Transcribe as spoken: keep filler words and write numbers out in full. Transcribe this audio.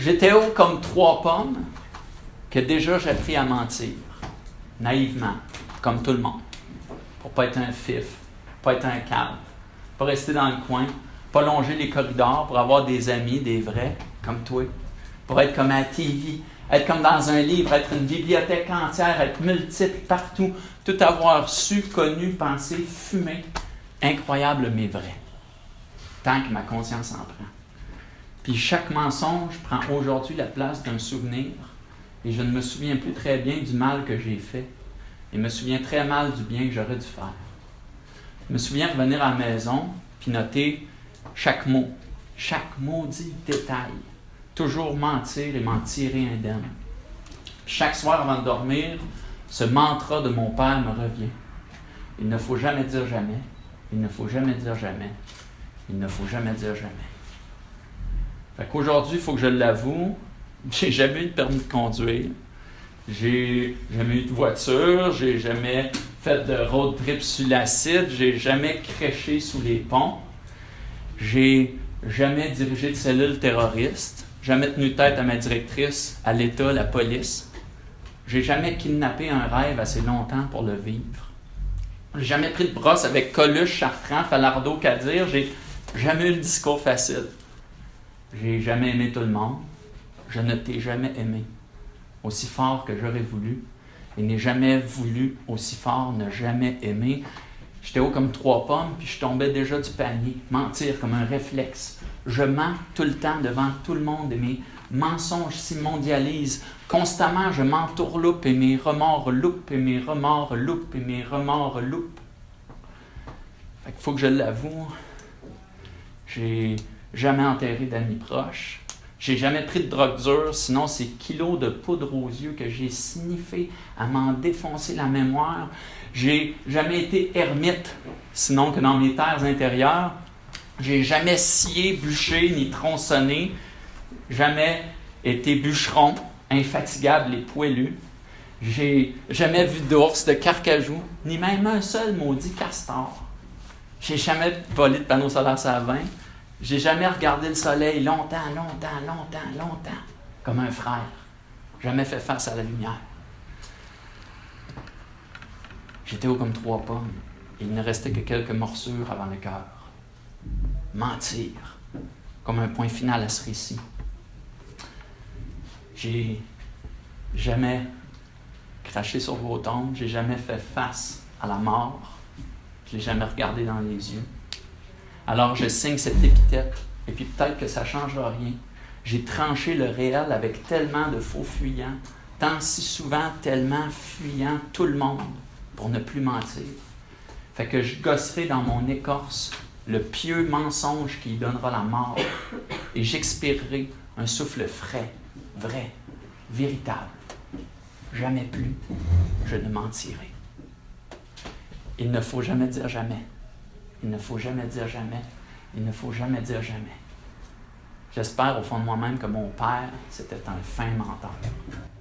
J'étais haut comme trois pommes que déjà j'ai appris à mentir, naïvement, comme tout le monde, pour pas être un fif, pas être un cave, pas rester dans le coin, pas longer les corridors pour avoir des amis, des vrais, comme toi, pour être comme à la T V, être comme dans un livre, être une bibliothèque entière, être multiple partout, tout avoir su, connu, pensé, fumé, incroyable mais vrai, tant que ma conscience en prend. Puis chaque mensonge prend aujourd'hui la place d'un souvenir et je ne me souviens plus très bien du mal que j'ai fait et me souviens très mal du bien que j'aurais dû faire. Je me souviens revenir à la maison puis noter chaque mot, chaque maudit détail, toujours mentir et m'en tirer indemne. Puis chaque soir avant de dormir, ce mantra de mon père me revient. Il ne faut jamais dire jamais, il ne faut jamais dire jamais, il ne faut jamais dire jamais. Fait qu'aujourd'hui, il faut que je l'avoue, j'ai jamais eu de permis de conduire, j'ai jamais eu de voiture, j'ai jamais fait de road trip sur l'acide, j'ai jamais créché sous les ponts, j'ai jamais dirigé de cellule terroriste, jamais tenu tête à ma directrice, à l'État, la police, j'ai jamais kidnappé un rêve assez longtemps pour le vivre, j'ai jamais pris de brosse avec Coluche, Chartrand, Falardeau, Kadir, j'ai jamais eu le discours facile. J'ai jamais aimé tout le monde. Je ne t'ai jamais aimé aussi fort que j'aurais voulu et n'ai jamais voulu aussi fort ne jamais aimer. J'étais haut comme trois pommes puis je tombais déjà du panier. Mentir comme un réflexe. Je mens tout le temps devant tout le monde et mes mensonges s'y mondialisent. Constamment, je m'entourloupe et mes remords loupent et mes remords loupent et mes remords loupent. Fait qu'il faut que je l'avoue. J'ai jamais enterré d'amis proches. J'ai jamais pris de drogue dure, sinon ces kilos de poudre aux yeux que j'ai sniffé à m'en défoncer la mémoire. J'ai jamais été ermite, sinon que dans mes terres intérieures. J'ai jamais scié, bûché, ni tronçonné. Jamais été bûcheron, infatigable et poilu. J'ai jamais vu d'ours, de carcajou, ni même un seul maudit castor. J'ai jamais volé de panneau solaire sur la vingt. J'ai jamais regardé le soleil longtemps, longtemps, longtemps, longtemps, comme un frère. Jamais fait face à la lumière. J'étais haut comme trois pommes. Et il ne restait que quelques morsures avant le cœur. Mentir, comme un point final à ce récit. J'ai jamais craché sur vos tombes, j'ai jamais fait face à la mort, je l'ai jamais regardé dans les yeux. Alors je signe cette épithète, et puis peut-être que ça ne changera rien. J'ai tranché le réel avec tellement de faux fuyants, tant si souvent tellement fuyant tout le monde pour ne plus mentir. Fait que je gosserai dans mon écorce le pieux mensonge qui donnera la mort, et j'expirerai un souffle frais, vrai, véritable. Jamais plus je ne mentirai. Il ne faut jamais dire jamais. Il ne faut jamais dire jamais. Il ne faut jamais dire jamais. J'espère au fond de moi-même que mon père, c'était un fin menteur.